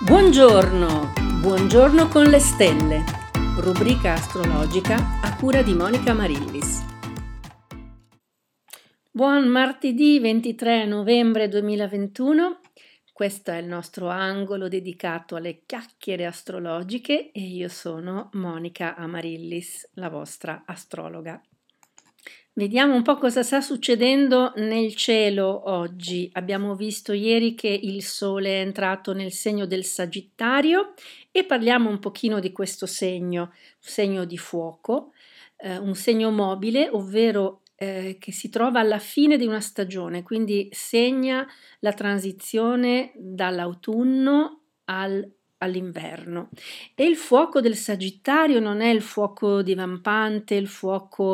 Buongiorno, buongiorno con le stelle, rubrica astrologica a cura di Monica Marillis. Buon martedì 23 novembre 2021, questo è il nostro angolo dedicato alle chiacchiere astrologiche e io sono Monica Amarillis, la vostra astrologa. Vediamo un po' cosa sta succedendo nel cielo oggi. Abbiamo visto ieri che il Sole è entrato nel segno del Sagittario e parliamo un pochino di questo segno di fuoco, un segno mobile, ovvero che si trova alla fine di una stagione, quindi segna la transizione dall'autunno all'inverno. E il fuoco del Sagittario non è il fuoco divampante, il fuoco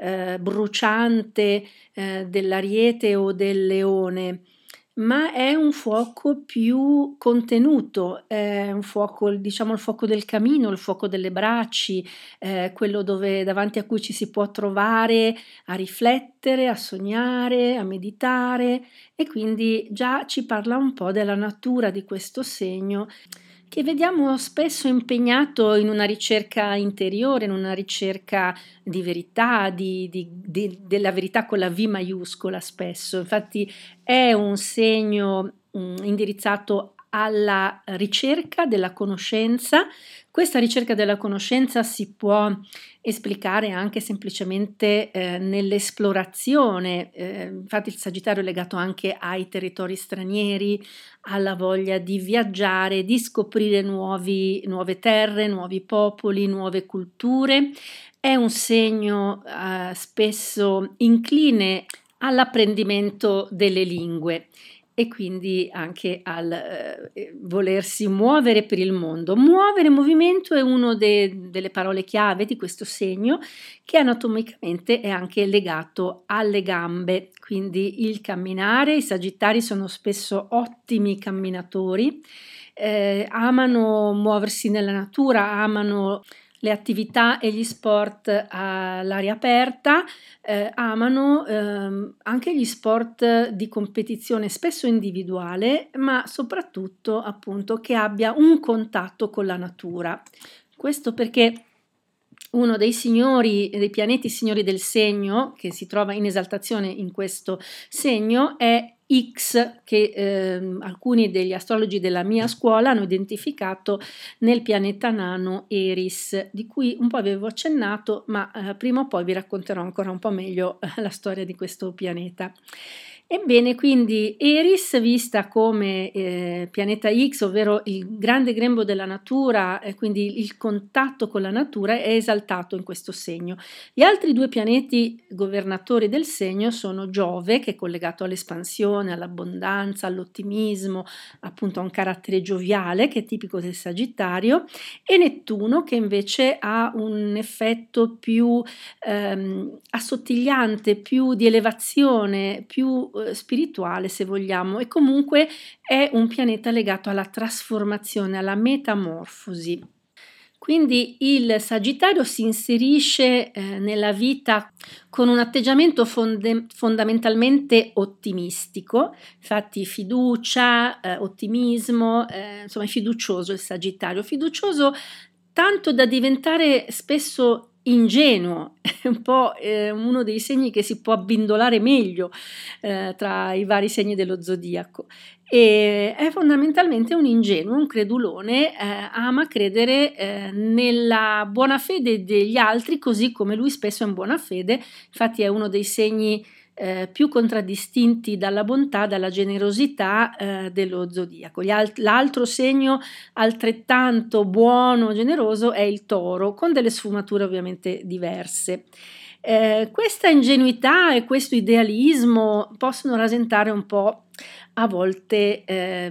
bruciante dell'Ariete o del Leone, ma è un fuoco più contenuto, è un fuoco, diciamo il fuoco del camino, il fuoco delle braci, quello davanti a cui ci si può trovare a riflettere, a sognare, a meditare, e quindi già ci parla un po' della natura di questo segno che vediamo spesso impegnato in una ricerca interiore, in una ricerca di verità, della verità con la V maiuscola spesso. Infatti è un segno indirizzato alla ricerca della conoscenza. Questa ricerca della conoscenza si può esplicare anche semplicemente nell'esplorazione. Infatti il Sagittario è legato anche ai territori stranieri, alla voglia di viaggiare, di scoprire nuove terre, nuovi popoli, nuove culture. È un segno spesso incline all'apprendimento delle lingue e quindi anche al volersi muovere per il mondo. Muovere, movimento è una delle parole chiave di questo segno, che anatomicamente è anche legato alle gambe, quindi il camminare. I Sagittari sono spesso ottimi camminatori, amano muoversi nella natura, amano le attività e gli sport all'aria aperta, amano anche gli sport di competizione, spesso individuale, ma soprattutto appunto che abbia un contatto con la natura. Questo perché uno dei pianeti signori del segno, che si trova in esaltazione in questo segno, è X, che alcuni degli astrologi della mia scuola hanno identificato nel pianeta nano Eris, di cui un po' avevo accennato, ma prima o poi vi racconterò ancora un po' meglio la storia di questo pianeta. Ebbene, quindi Eris, vista come pianeta X, ovvero il grande grembo della natura, quindi il contatto con la natura, è esaltato in questo segno. Gli altri due pianeti governatori del segno sono Giove, che è collegato all'espansione, all'abbondanza, all'ottimismo, appunto a un carattere gioviale, che è tipico del Sagittario, e Nettuno, che invece ha un effetto più assottigliante, più di elevazione, più spirituale se vogliamo, e comunque è un pianeta legato alla trasformazione, alla metamorfosi. Quindi il Sagittario si inserisce nella vita con un atteggiamento fondamentalmente ottimistico, infatti fiducia, ottimismo, insomma è fiducioso il Sagittario, fiducioso tanto da diventare spesso ingenuo, è un po' uno dei segni che si può abbindolare meglio tra i vari segni dello zodiaco. E è fondamentalmente un ingenuo, un credulone, ama credere nella buona fede degli altri, così come lui spesso è in buona fede. Infatti è uno dei segni più contraddistinti dalla bontà, dalla generosità dello zodiaco. L'altro segno altrettanto buono, generoso è il Toro, con delle sfumature ovviamente diverse. Questa ingenuità e questo idealismo possono rasentare un po' a volte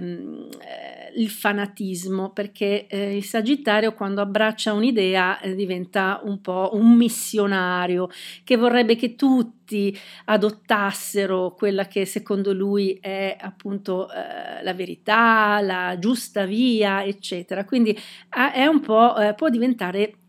il fanatismo, perché il Sagittario quando abbraccia un'idea diventa un po' un missionario che vorrebbe che tutti adottassero quella che secondo lui è appunto la verità, la giusta via, eccetera. Quindi è un po', può diventare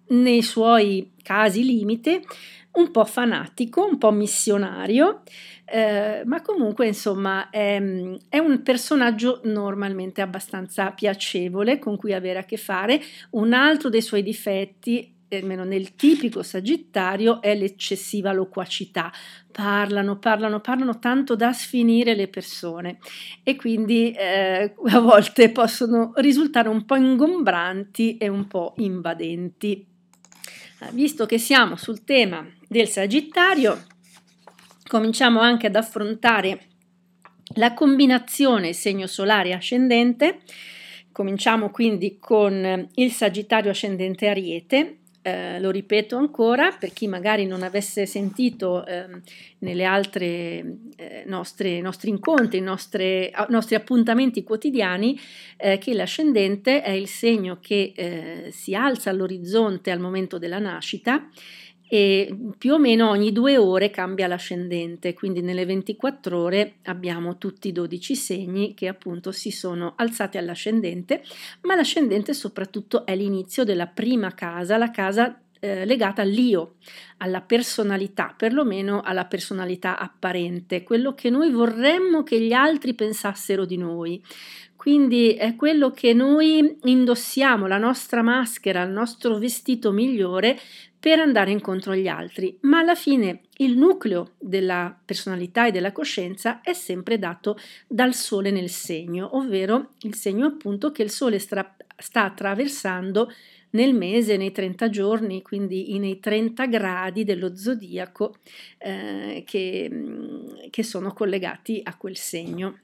nei suoi casi limite, un po' fanatico, un po' missionario, ma comunque insomma è un personaggio normalmente abbastanza piacevole con cui avere a che fare. Un altro dei suoi difetti, almeno nel tipico Sagittario, è l'eccessiva loquacità. Parlano tanto da sfinire le persone e quindi a volte possono risultare un po' ingombranti e un po' invadenti. Visto che siamo sul tema del Sagittario, cominciamo anche ad affrontare la combinazione segno solare ascendente. Cominciamo quindi con il Sagittario ascendente Ariete. Lo ripeto ancora per chi magari non avesse sentito nelle altre nostri incontri, nostri appuntamenti quotidiani, che l'ascendente è il segno che si alza all'orizzonte al momento della nascita e più o meno ogni 2 ore cambia l'ascendente, quindi nelle 24 ore abbiamo tutti i 12 segni che appunto si sono alzati all'ascendente, ma l'ascendente soprattutto è l'inizio della prima casa, la casa legata all'io, alla personalità, perlomeno alla personalità apparente, quello che noi vorremmo che gli altri pensassero di noi. Quindi è quello che noi indossiamo, la nostra maschera, il nostro vestito migliore per andare incontro agli altri, ma alla fine il nucleo della personalità e della coscienza è sempre dato dal Sole nel segno, ovvero il segno appunto che il Sole sta attraversando nel mese, nei 30 giorni, quindi nei 30 gradi dello zodiaco che sono collegati a quel segno.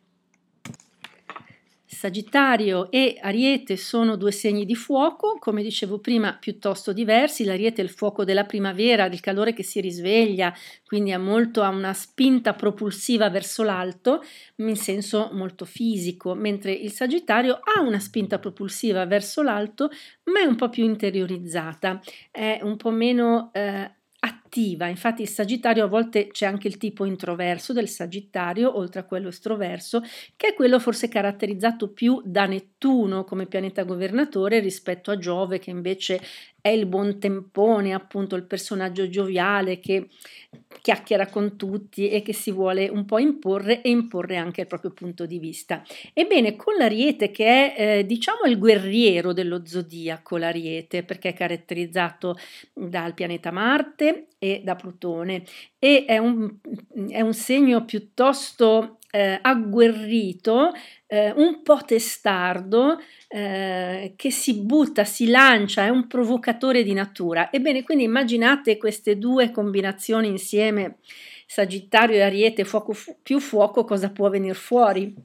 Sagittario e Ariete sono 2 segni di fuoco, come dicevo prima, piuttosto diversi. L'Ariete è il fuoco della primavera, del calore che si risveglia, quindi ha una spinta propulsiva verso l'alto, in senso molto fisico, mentre il Sagittario ha una spinta propulsiva verso l'alto, ma è un po' più interiorizzata, è un po' meno attiva. Infatti il Sagittario, a volte c'è anche il tipo introverso del Sagittario, oltre a quello estroverso, che è quello forse caratterizzato più da Nettuno come pianeta governatore rispetto a Giove, che invece è il buon tempone, appunto il personaggio gioviale che chiacchiera con tutti e che si vuole un po' imporre e imporre anche il proprio punto di vista. Ebbene, con l'Ariete, che è diciamo il guerriero dello zodiaco, l'Ariete, perché è caratterizzato dal pianeta Marte e da Plutone e è un segno piuttosto agguerrito, un po' testardo, che si butta, si lancia, è un provocatore di natura. Ebbene, quindi immaginate queste 2 combinazioni insieme, Sagittario e Ariete, fuoco più fuoco, cosa può venir fuori?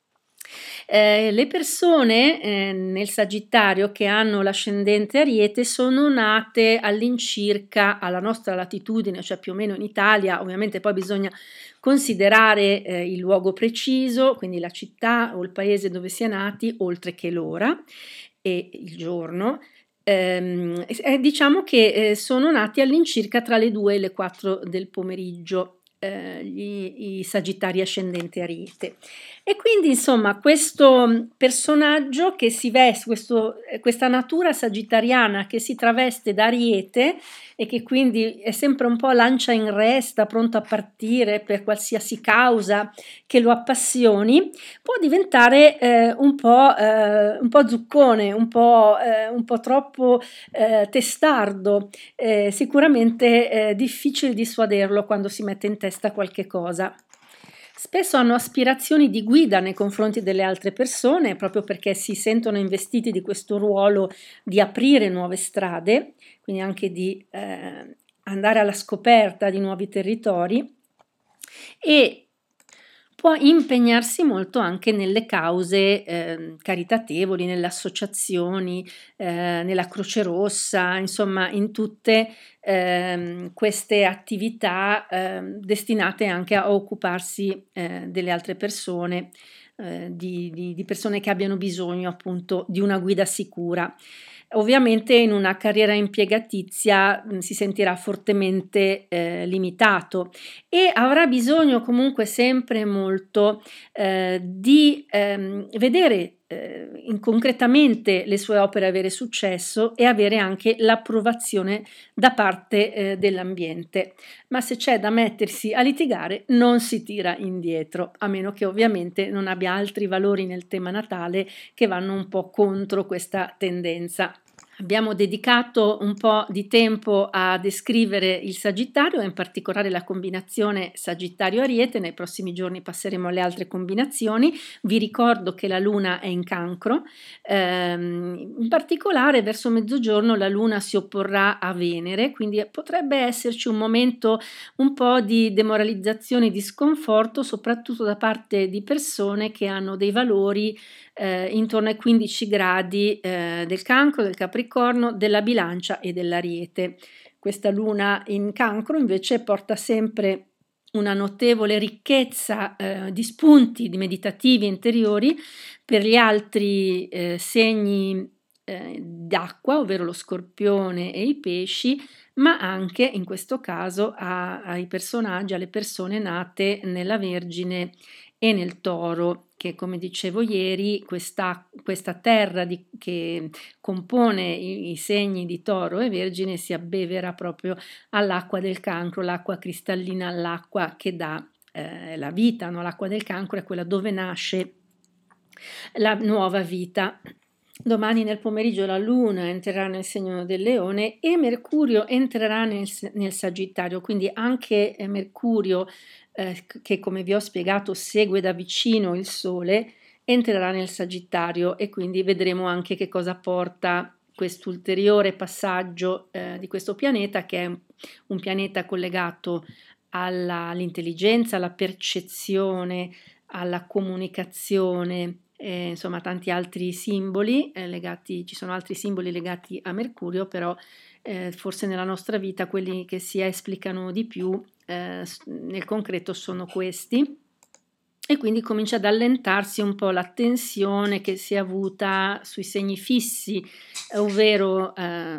Le persone nel Sagittario che hanno l'ascendente Ariete sono nate all'incirca alla nostra latitudine, cioè più o meno in Italia. Ovviamente poi bisogna considerare il luogo preciso, quindi la città o il paese dove si è nati, oltre che l'ora e il giorno. Diciamo che sono nati all'incirca tra le 2 e le 4 del pomeriggio, i Sagittari ascendente Ariete. E quindi insomma questo personaggio che si veste, questa natura sagittariana che si traveste da Ariete e che quindi è sempre un po' lancia in resta, pronto a partire per qualsiasi causa che lo appassioni, può diventare un po' zuccone, un po' troppo testardo, sicuramente difficile dissuaderlo quando si mette in testa qualche cosa. Spesso hanno aspirazioni di guida nei confronti delle altre persone, proprio perché si sentono investiti di questo ruolo di aprire nuove strade, quindi anche di andare alla scoperta di nuovi territori, e può impegnarsi molto anche nelle cause caritatevoli, nelle associazioni, nella Croce Rossa, insomma in tutte queste attività destinate anche a occuparsi delle altre persone, di persone che abbiano bisogno appunto di una guida sicura. Ovviamente in una carriera impiegatizia si sentirà fortemente limitato e avrà bisogno comunque sempre molto di vedere concretamente le sue opere avere successo e avere anche l'approvazione da parte dell'ambiente. Ma se c'è da mettersi a litigare non si tira indietro, a meno che ovviamente non abbia altri valori nel tema natale che vanno un po' contro questa tendenza. Abbiamo dedicato un po' di tempo a descrivere il Sagittario, in particolare la combinazione Sagittario-Ariete. Nei prossimi giorni passeremo alle altre combinazioni. Vi ricordo che la Luna è in Cancro, in particolare verso mezzogiorno la Luna si opporrà a Venere, quindi potrebbe esserci un momento un po' di demoralizzazione, di sconforto, soprattutto da parte di persone che hanno dei valori intorno ai 15 gradi del Cancro, del Capricorno, della Bilancia e dell'Ariete. Questa luna in Cancro invece porta sempre una notevole ricchezza di spunti di meditativi interiori per gli altri segni d'acqua, ovvero lo Scorpione e i Pesci, ma anche in questo caso ai personaggi, alle persone nate nella Vergine e nel Toro, che come dicevo ieri questa terra che compone i segni di Toro e Vergine si abbevera proprio all'acqua del Cancro, l'acqua cristallina, l'acqua che dà la vita, no? L'acqua del Cancro è quella dove nasce la nuova vita. Domani nel pomeriggio la Luna entrerà nel segno del Leone e Mercurio entrerà nel Sagittario, quindi anche Mercurio, che come vi ho spiegato segue da vicino il Sole, entrerà nel Sagittario e quindi vedremo anche che cosa porta quest'ulteriore passaggio di questo pianeta, che è un pianeta collegato all'intelligenza, alla percezione, alla comunicazione, insomma tanti altri simboli legati, ci sono altri simboli legati a Mercurio, però forse nella nostra vita quelli che si esplicano di più nel concreto sono questi. E quindi comincia ad allentarsi un po' la tensione che si è avuta sui segni fissi, ovvero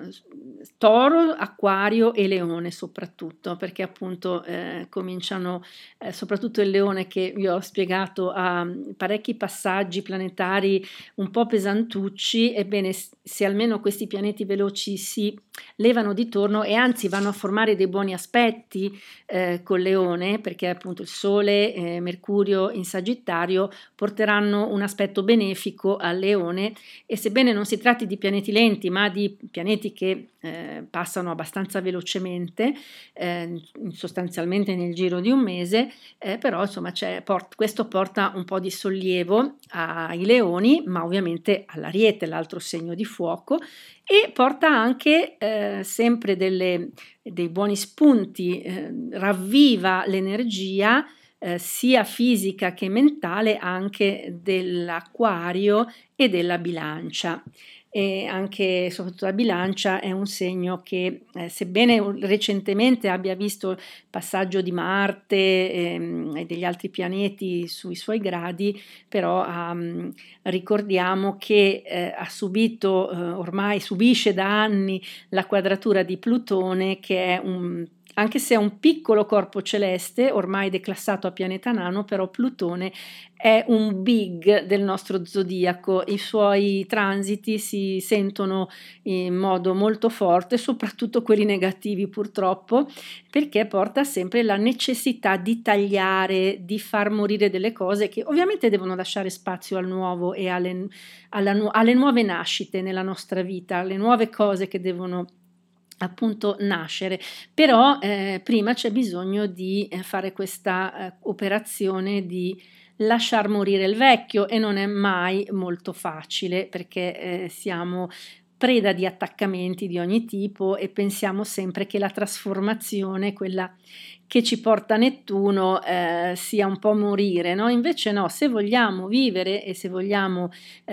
Toro, Acquario e Leone soprattutto, perché appunto cominciano, soprattutto il Leone che vi ho spiegato, ha parecchi passaggi planetari un po' pesantucci. Ebbene, se almeno questi pianeti veloci si levano di torno e anzi vanno a formare dei buoni aspetti col Leone, perché appunto il Sole, Mercurio in Sagittario porteranno un aspetto benefico al Leone, e sebbene non si tratti di pianeti lenti ma di pianeti che passano abbastanza velocemente, sostanzialmente nel giro di un mese, però insomma questo porta un po' di sollievo ai Leoni, ma ovviamente all'Ariete, l'altro segno di fuoco, e porta anche sempre dei buoni spunti, ravviva l'energia sia fisica che mentale anche dell'Acquario e della Bilancia. E anche soprattutto la Bilancia è un segno che sebbene recentemente abbia visto il passaggio di Marte e degli altri pianeti sui suoi gradi, però ricordiamo che ha subito, ormai subisce da anni la quadratura di Plutone, che è anche se è un piccolo corpo celeste, ormai declassato a pianeta nano, però Plutone è un big del nostro zodiaco. I suoi transiti si sentono in modo molto forte, soprattutto quelli negativi purtroppo, perché porta sempre la necessità di tagliare, di far morire delle cose che ovviamente devono lasciare spazio al nuovo e alle nuove nascite nella nostra vita, alle nuove cose che devono appunto nascere, però prima c'è bisogno di fare questa operazione di lasciar morire il vecchio, e non è mai molto facile, perché siamo preda di attaccamenti di ogni tipo e pensiamo sempre che la trasformazione, quella che ci porta Nettuno, sia un po' morire, no? Invece no, se vogliamo vivere e se vogliamo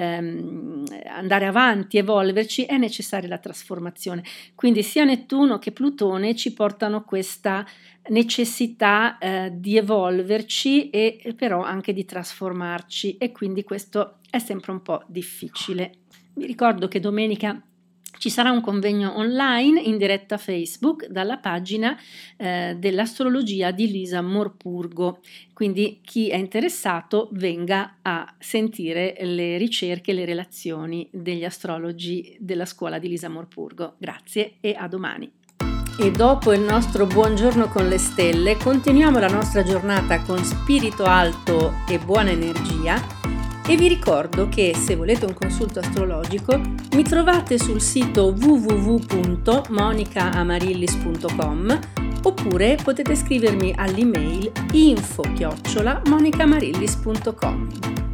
andare avanti, evolverci, è necessaria la trasformazione. Quindi sia Nettuno che Plutone ci portano questa necessità di evolverci e però anche di trasformarci, e quindi questo è sempre un po' difficile. Vi ricordo che domenica Ci sarà un convegno online in diretta Facebook dalla pagina dell'astrologia di Lisa Morpurgo, quindi chi è interessato venga a sentire le ricerche e le relazioni degli astrologi della scuola di Lisa Morpurgo. Grazie e a domani. E dopo il nostro buongiorno con le stelle, continuiamo la nostra giornata con spirito alto e buona energia. E vi ricordo che se volete un consulto astrologico mi trovate sul sito www.monicaamarillis.com oppure potete scrivermi all'email info@monicamarillis.com.